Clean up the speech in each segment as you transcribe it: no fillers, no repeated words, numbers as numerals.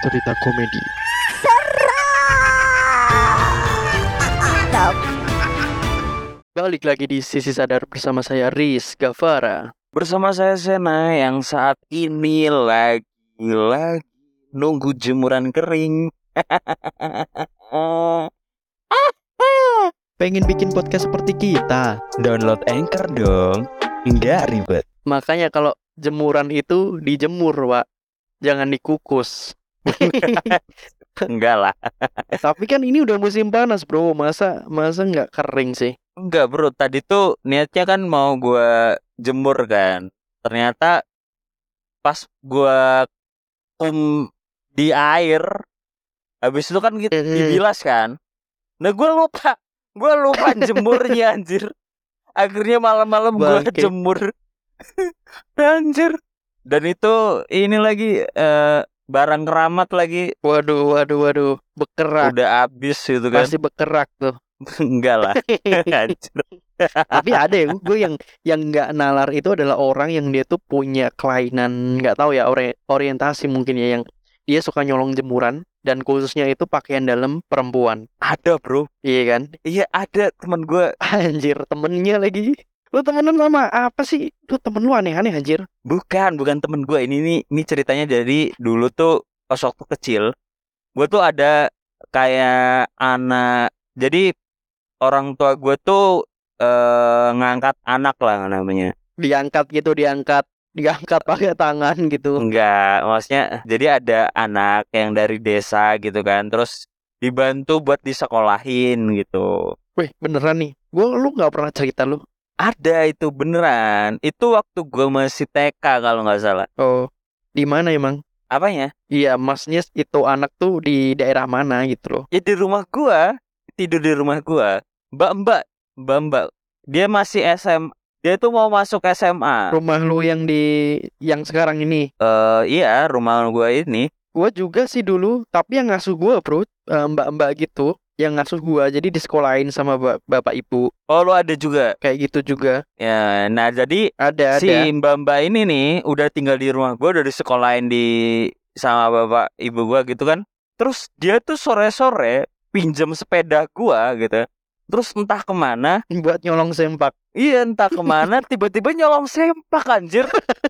cerita komedi. Balik lagi di Sisi Sadar bersama saya Riz Gavara. Bersama saya Sena yang saat ini lagi nunggu jemuran kering. Pengen bikin podcast seperti kita? Download Anchor dong, nggak ribet. Makanya kalau jemuran itu dijemur, Pak. Jangan dikukus. Enggak lah. Tapi kan ini udah musim panas, bro. Masa nggak kering sih? Enggak bro, tadi tuh niatnya kan mau gua jemur kan. Ternyata pas gua di air, habis itu kan dibilas kan. Nah gua lupa jemurnya anjir. Akhirnya malam-malam gua Bangke. jemur. Anjir. Dan itu ini lagi barang keramat lagi Waduh. Bekerak. udah habis gitu kan. Pasti bekerak tuh. Enggak lah. Anjir. Tapi ada ya, gue yang nggak nalar itu adalah orang yang dia tuh punya kelainan, nggak tahu ya, orientasi mungkin ya, yang dia suka nyolong jemuran dan khususnya itu pakaian dalam perempuan. Ada bro. Iya kan? Iya ada teman gua. Anjir, temennya lagi. Lu temenan sama apa sih? Lu temen lu aneh-aneh anjir. Bukan temen gue. Ini ceritanya dari dulu tuh pas waktu kecil. Gue tuh ada kayak anak. Jadi orang tua gue tuh ngangkat anak lah namanya. Diangkat pakai tangan gitu. Enggak, maksudnya jadi ada anak yang dari desa gitu kan. Terus dibantu buat disekolahin gitu. Wih, beneran nih. Lu nggak pernah cerita lu. Ada itu beneran. Itu waktu gue masih TK kalau nggak salah. Oh, di mana emang? Apanya? Iya, masnya itu anak tuh di daerah mana gitu loh. Ya di rumah gua, tidur di rumah gua. Mbak. Dia masih SMA. Dia tuh mau masuk SMA. Rumah lu yang sekarang ini. Iya, rumah gua ini. Gua juga sih dulu, tapi yang ngasuh gua, bro, mbak-mbak gitu, yang ngasuh gua, jadi disekolahin sama bapak ibu. Oh, lu ada juga. Kayak gitu juga. Ya, nah jadi Ada. si mbak-mbak ini nih udah tinggal di rumah gua, udah disekolahin sama bapak ibu gua gitu kan. Terus dia tuh sore-sore pinjam sepeda gua gitu. Terus entah kemana. Buat nyolong sempak. Iya, entah kemana tiba-tiba nyolong sempak anjir.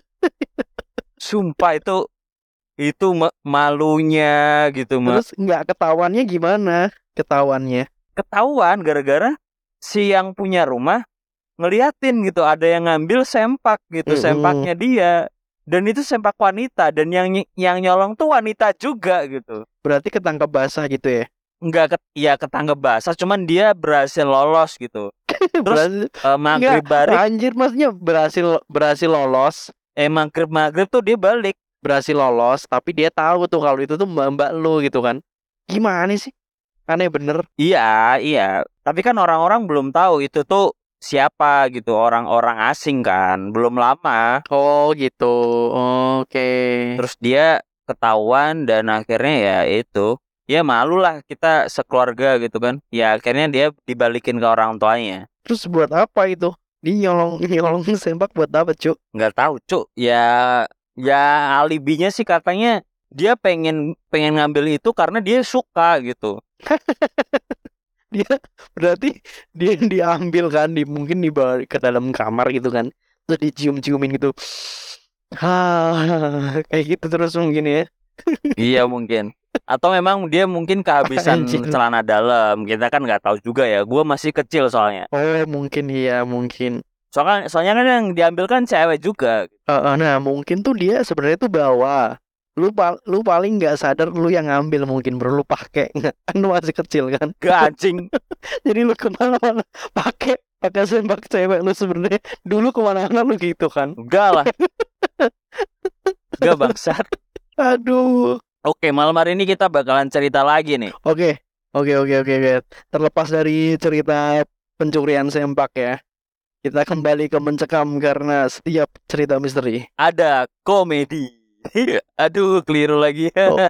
Sumpah itu malunya gitu mah. Terus nggak ketahuannya gimana? Ketahuan gara-gara si yang punya rumah ngeliatin gitu, ada yang ngambil sempak gitu, sempaknya dia. Dan itu sempak wanita, dan yang nyolong tuh wanita juga gitu. Berarti ketangkap basah gitu ya? Enggak, ketangkep basah, cuman dia berhasil lolos gitu. Terus maghrib balik. Anjir, maksudnya berhasil lolos. Maghrib tuh dia balik. Berhasil lolos, tapi dia tahu tuh kalau itu tuh mbak lu gitu kan. Gimana sih? Aneh bener. Iya. Tapi kan orang-orang belum tahu itu tuh siapa gitu, orang-orang asing kan, belum lama. Oh gitu. Oke. Terus dia ketahuan dan akhirnya ya itu. Ya malu lah kita sekeluarga gitu kan. Ya akhirnya dia dibalikin ke orang tuanya. Terus buat apa itu? Dia nyolong sempak buat apa, Cuk? Nggak tahu, Cuk. Ya alibinya sih katanya dia pengen ngambil itu karena dia suka gitu. Dia berarti dia diambil kan, mungkin dibawa ke dalam kamar gitu kan. Terus dicium-ciumin gitu. Kayak gitu terus mungkin ya. Iya mungkin. Atau memang dia mungkin kehabisan Anjir. celana dalam. Kita kan nggak tahu juga ya. Gua masih kecil soalnya. Oh mungkin iya, mungkin. Soalnya kan yang diambil kan cewek juga. Nah mungkin tuh dia sebenarnya tuh bawa. Lu paling nggak sadar lu yang ngambil mungkin, bro. Lu pakai kan lu masih kecil kan. Gacing. Jadi lu kemana-mana pakai sempak cewek lu sebenarnya. Dulu kemana-mana lu gitu kan. Enggak lah. Enggak bangsat. Aduh. Oke, malam hari ini kita bakalan cerita lagi nih. Oke. Terlepas dari cerita pencurian sempak ya, kita kembali ke mencekam karena setiap cerita misteri ada komedi. Aduh, keliru lagi.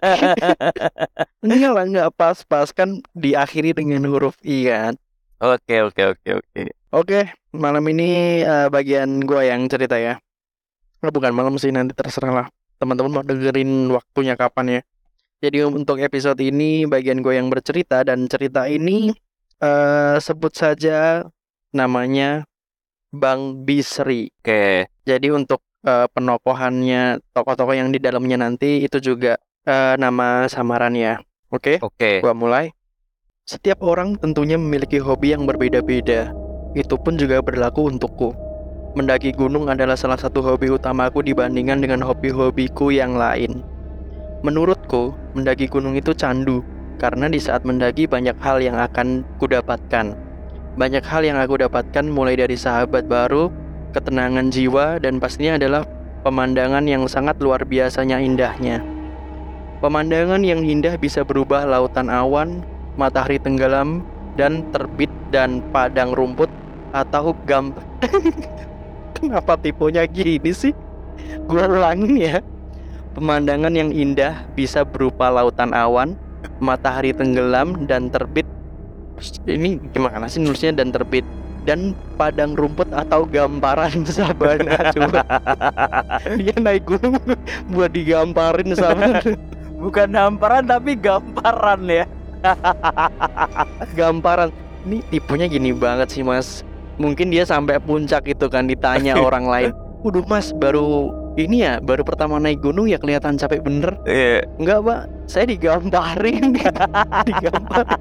Enggak pas kan diakhiri dengan huruf I kan. Oke. Oke, malam ini bagian gua yang cerita ya. Bukan malam sih, nanti terserah lah teman-teman mau dengerin waktunya kapan ya. Jadi untuk episode ini bagian gue yang bercerita, dan cerita ini sebut saja namanya Bang Bisri. Oke. Jadi untuk penokohannya, tokoh-tokoh yang di dalamnya nanti itu juga nama samarannya. Oke, Oke. gua mulai. Setiap orang tentunya memiliki hobi yang berbeda-beda. Itu pun juga berlaku untukku. Mendaki gunung adalah salah satu hobi utamaku dibandingkan dengan hobi-hobiku yang lain. Menurutku, mendaki gunung itu candu, karena di saat mendaki banyak hal yang akan kudapatkan. Banyak hal yang aku dapatkan mulai dari sahabat baru, ketenangan jiwa, dan pastinya adalah pemandangan yang sangat luar biasanya indahnya. Pemandangan yang indah bisa berubah lautan awan, matahari tenggelam, dan terbit, dan padang rumput, atau Kenapa tipenya gini sih? Gua ulangin ya. Pemandangan yang indah bisa berupa lautan awan, matahari tenggelam, dan terbit. Ini gimana sih nulisnya dan terbit, dan padang rumput atau gamparan sabana. Coba dia naik gunung buat digamparin sabana. Bukan hamparan tapi gamparan ya. Gamparan. Ini tipenya gini banget sih mas. Mungkin dia sampai puncak itu kan, ditanya orang lain, "Waduh mas, baru ini ya, baru pertama naik gunung ya kelihatan capek bener." Iya. Enggak pak, saya digamparin. Digamparin.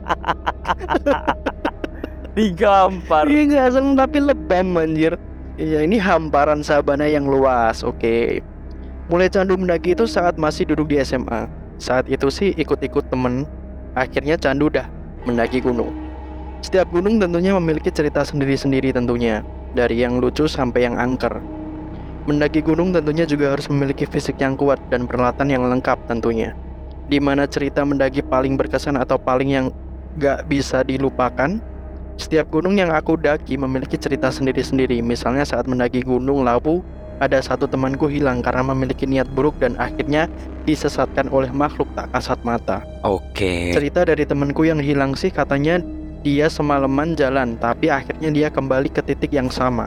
Digampar. Iya nggak seneng tapi lebam anjir. Iya, ini hamparan sabana yang luas. Oke. Mulai candu mendaki itu saat masih duduk di SMA. Saat itu sih ikut-ikut temen. Akhirnya candu dah mendaki gunung. Setiap gunung tentunya memiliki cerita sendiri-sendiri tentunya, dari yang lucu sampai yang angker. Mendaki gunung tentunya juga harus memiliki fisik yang kuat dan peralatan yang lengkap tentunya. Dimana cerita mendaki paling berkesan atau paling yang gak bisa dilupakan, setiap gunung yang aku daki memiliki cerita sendiri-sendiri. Misalnya saat mendaki gunung Lawu, ada satu temanku hilang karena memiliki niat buruk dan akhirnya disesatkan oleh makhluk tak kasat mata. Oke. Cerita dari temanku yang hilang sih katanya dia semalaman jalan, tapi akhirnya dia kembali ke titik yang sama.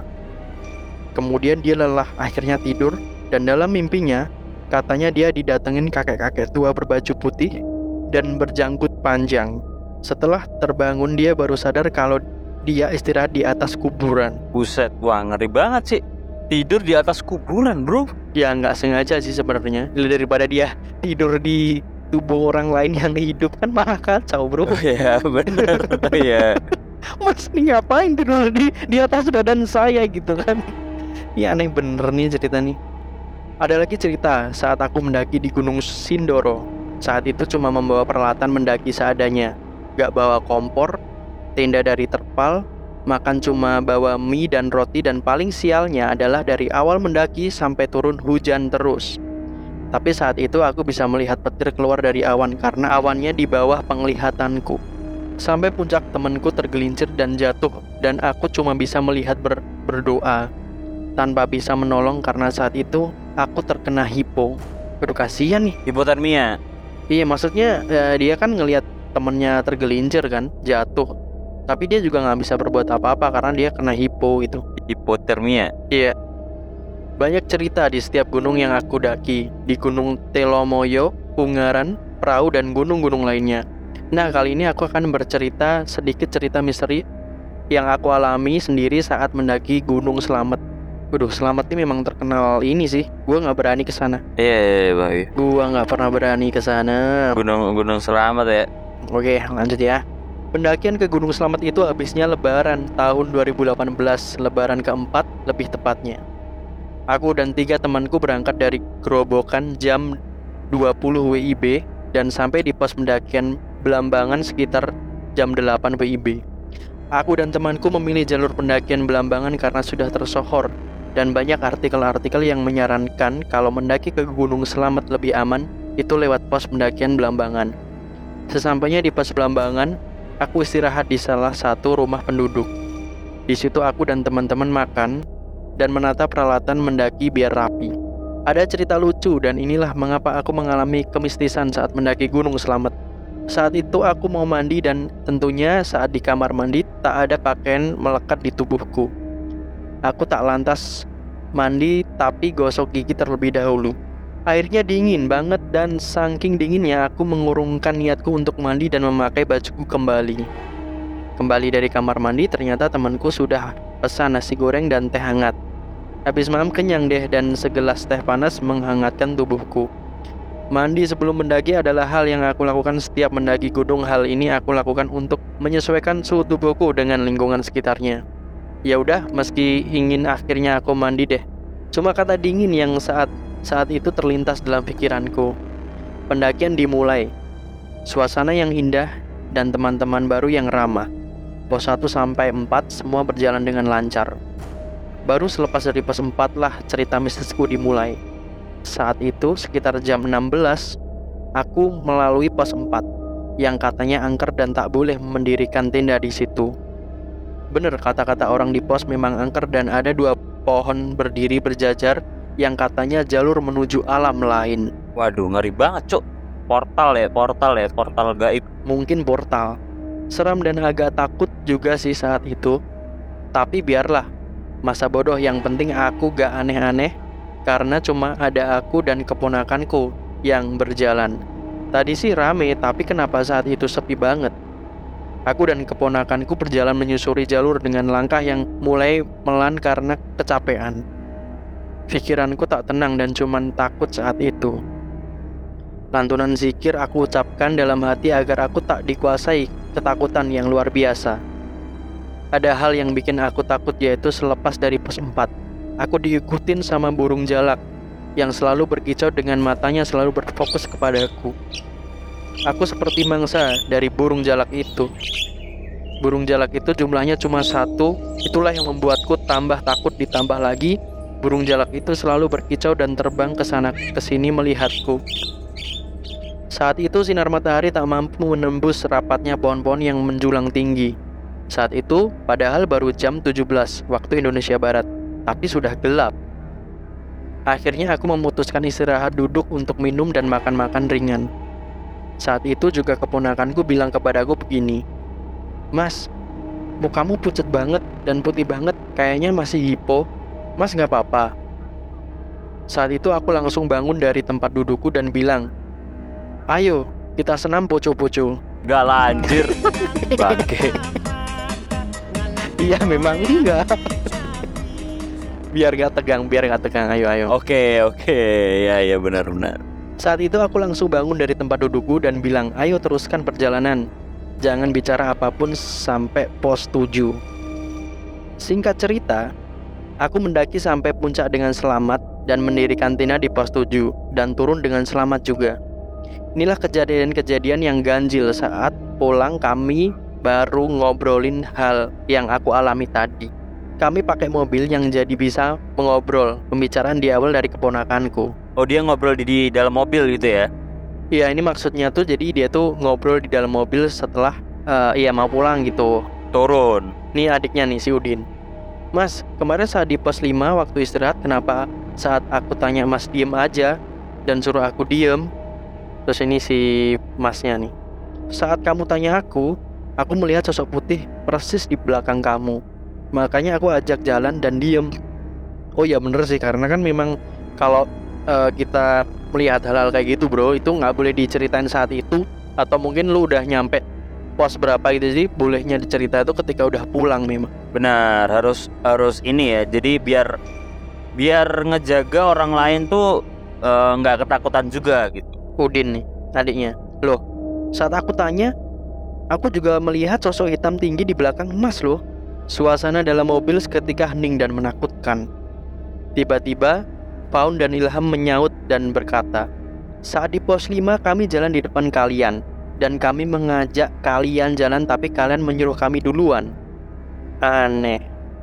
Kemudian dia lelah, akhirnya tidur, dan dalam mimpinya katanya dia didatengin kakek-kakek tua berbaju putih dan berjanggut panjang. Setelah terbangun dia baru sadar kalau dia istirahat di atas kuburan. Buset, wah ngeri banget sih. Tidur di atas kuburan, bro. Ya nggak sengaja sih sebenarnya. Daripada dia tidur di tubuh orang lain yang hidup kan malah kacau, bro. Oh ya benar. Iya. Mas ini ngapain tidur di atas badan saya gitu kan? Ya aneh bener nih cerita nih. Ada lagi cerita saat aku mendaki di Gunung Sindoro. Saat itu cuma membawa peralatan mendaki seadanya. Gak bawa kompor, tenda dari terpal, makan cuma bawa mie dan roti, dan paling sialnya adalah dari awal mendaki sampai turun hujan terus. Tapi saat itu aku bisa melihat petir keluar dari awan karena awannya di bawah penglihatanku. Sampai puncak temanku tergelincir dan jatuh, dan aku cuma bisa melihat berdoa tanpa bisa menolong karena saat itu aku terkena hipo. Aduh kasihan nih. Hipotermia. Iya maksudnya dia kan ngelihat temennya tergelincir kan, jatuh. Tapi dia juga nggak bisa berbuat apa-apa karena dia kena hipo itu. Hipotermia. Iya. Banyak cerita di setiap gunung yang aku daki. Di Gunung Telomoyo, Ungaran, Prau, dan gunung-gunung lainnya. Nah kali ini aku akan bercerita sedikit cerita misteri yang aku alami sendiri saat mendaki Gunung Slamet. Waduh, Slamet ini memang terkenal ini sih. Gua nggak berani ke sana. Iya, baik. Gua nggak pernah berani ke sana. Gunung Selamat ya. Oke, lanjut ya. Pendakian ke Gunung Slamet itu habisnya Lebaran tahun 2018, Lebaran keempat lebih tepatnya. Aku dan 3 temanku berangkat dari Gerobokan jam 20 WIB dan sampai di pos pendakian Belambangan sekitar jam 8 WIB. Aku dan temanku memilih jalur pendakian Belambangan karena sudah tersohor, dan banyak artikel-artikel yang menyarankan kalau mendaki ke Gunung Slamet lebih aman itu lewat pos pendakian Belambangan. Sesampainya di pos Belambangan, aku istirahat di salah satu rumah penduduk. Di situ aku dan teman-teman makan dan menata peralatan mendaki biar rapi. Ada cerita lucu dan inilah mengapa aku mengalami kemistisan saat mendaki Gunung Slamet. Saat itu aku mau mandi dan tentunya saat di kamar mandi tak ada pakaian melekat di tubuhku. Aku tak lantas mandi tapi gosok gigi terlebih dahulu. Airnya dingin banget dan saking dinginnya aku mengurungkan niatku untuk mandi dan memakai bajuku kembali. Kembali dari kamar mandi, ternyata temanku sudah pesan nasi goreng dan teh hangat. Habis makan kenyang deh dan segelas teh panas menghangatkan tubuhku. Mandi sebelum mendaki adalah hal yang aku lakukan setiap mendaki gunung. Hal ini aku lakukan untuk menyesuaikan suhu tubuhku dengan lingkungan sekitarnya. Ya udah, meski ingin akhirnya aku mandi deh. Cuma kata dingin yang saat itu terlintas dalam pikiranku. Pendakian dimulai. Suasana yang indah dan teman-teman baru yang ramah. Pos 1 sampai 4 semua berjalan dengan lancar. Baru selepas dari pos 4 lah cerita mistisku dimulai. Saat itu sekitar jam 16 aku melalui pos 4 yang katanya angker dan tak boleh mendirikan tenda di situ. Bener kata-kata orang di pos, memang angker dan ada 2 pohon berdiri berjajar yang katanya jalur menuju alam lain. Waduh, ngeri banget, Cuk. Portal gaib. Mungkin portal. Seram dan agak takut juga sih saat itu. Tapi biarlah, masa bodoh, yang penting aku gak aneh-aneh karena cuma ada aku dan keponakanku yang berjalan. Tadi sih rame, tapi kenapa saat itu sepi banget? Aku dan keponakanku berjalan menyusuri jalur dengan langkah yang mulai melan karena kecapean. Pikiranku tak tenang dan cuman takut saat itu. Lantunan zikir aku ucapkan dalam hati agar aku tak dikuasai ketakutan yang luar biasa. Ada hal yang bikin aku takut, yaitu selepas dari pos 4 aku diikutin sama burung jalak yang selalu berkicau dengan matanya selalu berfokus kepadaku. Aku seperti mangsa dari burung jalak itu. Burung jalak itu jumlahnya cuma 1. Itulah yang membuatku tambah takut. Ditambah lagi burung jalak itu selalu berkicau dan terbang ke sana ke sini melihatku. Saat itu sinar matahari tak mampu menembus rapatnya pohon-pohon yang menjulang tinggi. Saat itu padahal baru jam 17 waktu Indonesia Barat, tapi sudah gelap. Akhirnya aku memutuskan istirahat, duduk untuk minum dan makan-makan ringan. Saat itu juga keponakanku bilang kepadaku begini, "Mas, mukamu pucat banget dan putih banget, kayaknya masih hipo. Mas gak apa-apa?" Saat itu aku langsung bangun dari tempat dudukku dan bilang, "Ayo, kita senam poco-poco." Gak lanjir. Bangke. Iya memang enggak. Biar gak tegang. Ayo. Oke. Ya benar. Saat itu aku langsung bangun dari tempat dudukku dan bilang, "Ayo teruskan perjalanan. Jangan bicara apapun sampai pos 7." Singkat cerita, aku mendaki sampai puncak dengan selamat dan mendirikan tenda di pos 7 dan turun dengan selamat juga. Inilah kejadian-kejadian yang ganjil. Saat pulang kami baru ngobrolin hal yang aku alami tadi. Kami pakai mobil yang jadi bisa mengobrol. Pembicaraan di awal dari keponakanku. Oh, dia ngobrol di dalam mobil gitu ya? Iya, ini maksudnya tuh jadi dia tuh ngobrol di dalam mobil setelah mau pulang gitu. Turun. Nih adiknya nih, si Udin. "Mas, kemarin saat di pos 5 waktu istirahat, kenapa saat aku tanya Mas diem aja dan suruh aku diem?" Terus ini si masnya nih, "Saat kamu tanya aku melihat sosok putih persis di belakang kamu. Makanya aku ajak jalan dan diem." Oh ya bener sih, karena kan memang kalau kita melihat hal-hal kayak gitu bro, itu gak boleh diceritain saat itu. Atau mungkin lu udah nyampe pos berapa gitu sih, bolehnya dicerita itu ketika udah pulang memang. Benar, harus ini ya. Jadi biar ngejaga orang lain tuh gak ketakutan juga gitu. Udin nih adiknya, "Loh, saat aku tanya, aku juga melihat sosok hitam tinggi di belakang Mas loh." Suasana dalam mobil seketika hening dan menakutkan. Tiba-tiba Faun dan Ilham menyaut dan berkata, "Saat di pos 5 kami jalan di depan kalian, dan kami mengajak kalian jalan tapi kalian menyuruh kami duluan." Aneh.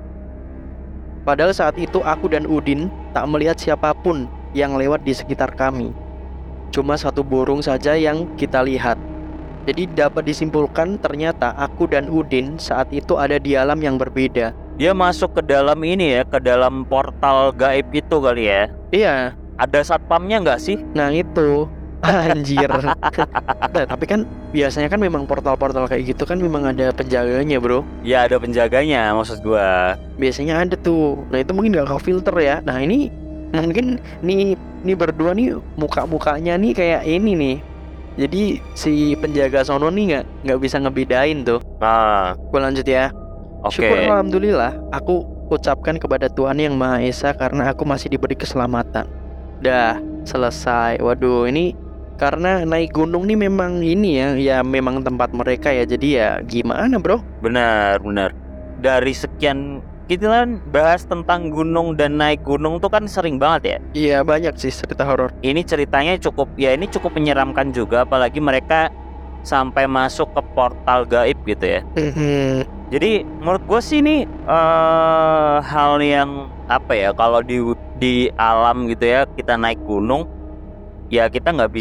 Padahal saat itu aku dan Udin tak melihat siapapun yang lewat di sekitar kami. Cuma 1 burung saja yang kita lihat. Jadi dapat disimpulkan ternyata aku dan Udin saat itu ada di alam yang berbeda. Dia masuk ke dalam ini ya, ke dalam portal gaib itu kali ya. Iya. Ada satpamnya nggak sih? Nah itu, anjir. Nah, tapi kan biasanya kan memang portal-portal kayak gitu kan memang ada penjaganya bro. Ya ada penjaganya maksud gua. Biasanya ada tuh. Nah itu mungkin gak ke filter ya. Nah ini Mungkin nih berdua nih muka-mukanya nih kayak ini nih. Jadi si penjaga sono nih nggak bisa ngebedain tuh. Nah, Gue lanjut ya. oke. Syukur alhamdulillah, aku ucapkan kepada Tuhan Yang Maha Esa karena aku masih diberi keselamatan. Dah, selesai. Waduh, ini karena naik gunung nih memang ini ya memang tempat mereka ya. Jadi ya gimana bro? Benar. Dari sekian kita kan bahas tentang gunung dan naik gunung tuh kan sering banget ya. Iya banyak sih cerita horor. Ini ceritanya cukup menyeramkan juga, apalagi mereka sampai masuk ke portal gaib gitu ya. Jadi menurut gue sih ini hal yang apa ya, kalau di alam gitu ya, kita naik gunung ya kita nggak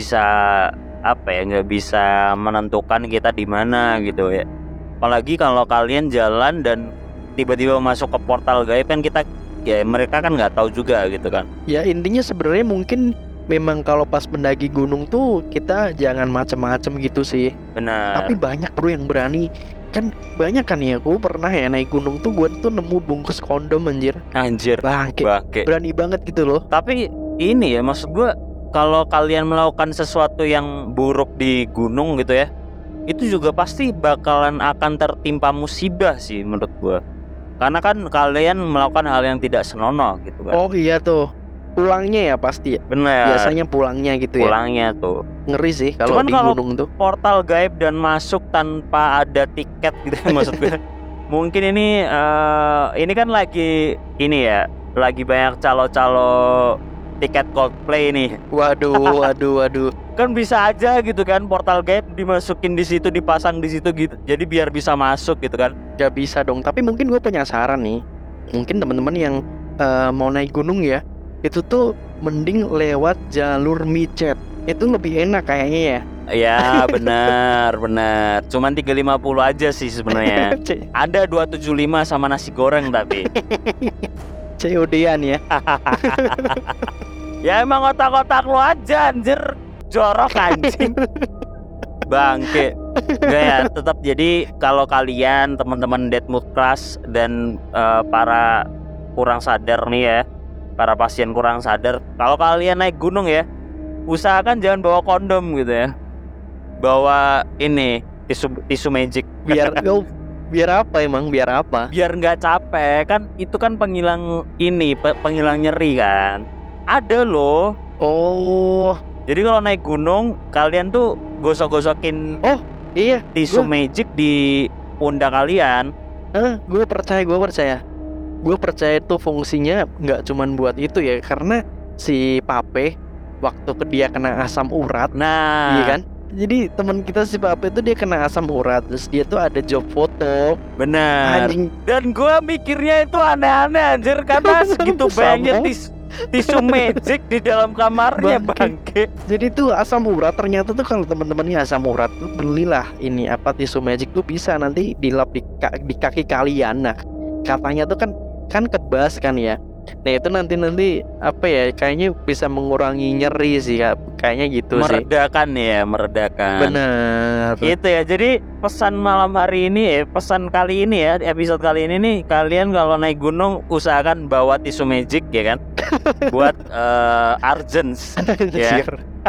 bisa menentukan kita di mana gitu ya. Apalagi kalau kalian jalan dan tiba-tiba masuk ke portal gaib kan mereka kan nggak tahu juga gitu kan. Ya intinya sebenarnya mungkin memang kalau pas mendaki gunung tuh kita jangan macem-macem gitu sih. Benar. Tapi banyak bro yang berani. Kan banyak kan ya, gue pernah ya naik gunung tuh gue tuh nemu bungkus kondom anjir. Bangke. Berani banget gitu loh. Tapi ini ya maksud gue, kalau kalian melakukan sesuatu yang buruk di gunung gitu ya, itu juga pasti bakalan akan tertimpa musibah sih menurut gue. Karena kan kalian melakukan hal yang tidak senonoh gitu kan. Oh iya tuh, pulangnya ya pasti ya. Benar. Biasanya pulangnya gitu Pulangnya tuh. Ngeri sih kalau Cuman di kalau gunung tuh. portal gaib dan masuk tanpa ada tiket gitu maksud gue. Mungkin ini kan lagi banyak calo-calo tiket Coldplay nih. Waduh. Kan bisa aja gitu kan, portal gaib dimasukin di situ, dipasang di situ gitu. Jadi biar bisa masuk gitu kan. Gak bisa dong. Tapi mungkin gue punya saran nih. Mungkin teman-teman yang mau naik gunung ya, itu tuh mending lewat jalur micet. Itu lebih enak kayaknya ya. Ya benar. Cuman 350 aja sih sebenarnya. Ada 275 sama nasi goreng tapi. COD-an ya. Ya emang otak-otak lu aja anjir. Jorok anjing. Bangke. Gak ya, tetap jadi kalau kalian teman-teman Dead Mood Class dan para kurang sadar nih ya, para pasien kurang sadar, kalau kalian naik gunung ya, usahakan jangan bawa kondom gitu ya. Bawa ini tisu magic. Biar apa emang? Biar apa? Biar nggak capek kan, itu kan penghilang nyeri kan. Ada loh. Oh. Jadi kalau naik gunung kalian tuh gosok-gosokin Iya, tisu magic di pundak kalian. Gue percaya. Gue percaya itu fungsinya nggak cuman buat itu ya, karena si Pape waktu dia kena asam urat. Nah, iya kan? Jadi teman kita si Pape itu dia kena asam urat, terus dia tuh ada job foto. benar. Anjing. Dan gue mikirnya itu aneh-aneh anjir, karena segitu Sama. banyak tisu magic di dalam kamarnya bangke. Jadi tuh asam urat ternyata tuh kalau teman-temannya asam urat tuh belilah ini tisu magic tuh bisa nanti dilap di kaki kalian. Nah, katanya tuh kan kebas kan ya. Nah, itu nanti apa ya, kayaknya bisa mengurangi nyeri sih kayaknya gitu sih. Meredakan. Bener. Gitu ya. Jadi pesan kali ini ya, episode kali ini nih, kalian kalau naik gunung usahakan bawa tisu magic ya kan. Buat urgence ya.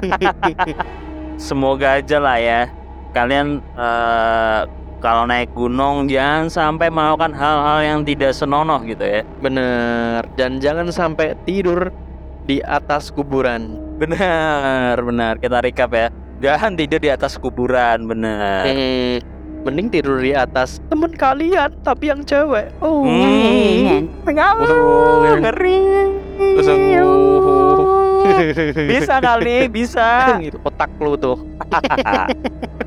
Semoga aja lah ya kalian kalau naik gunung jangan sampai melakukan hal-hal yang tidak senonoh gitu ya. Bener. Dan jangan sampai tidur di atas kuburan. Benar. Kita recap ya. Jangan tidur di atas kuburan, benar. Mending tidur di atas temen kalian tapi yang cewek. Ngeri. Bisa kali, bisa. Otak lu tuh.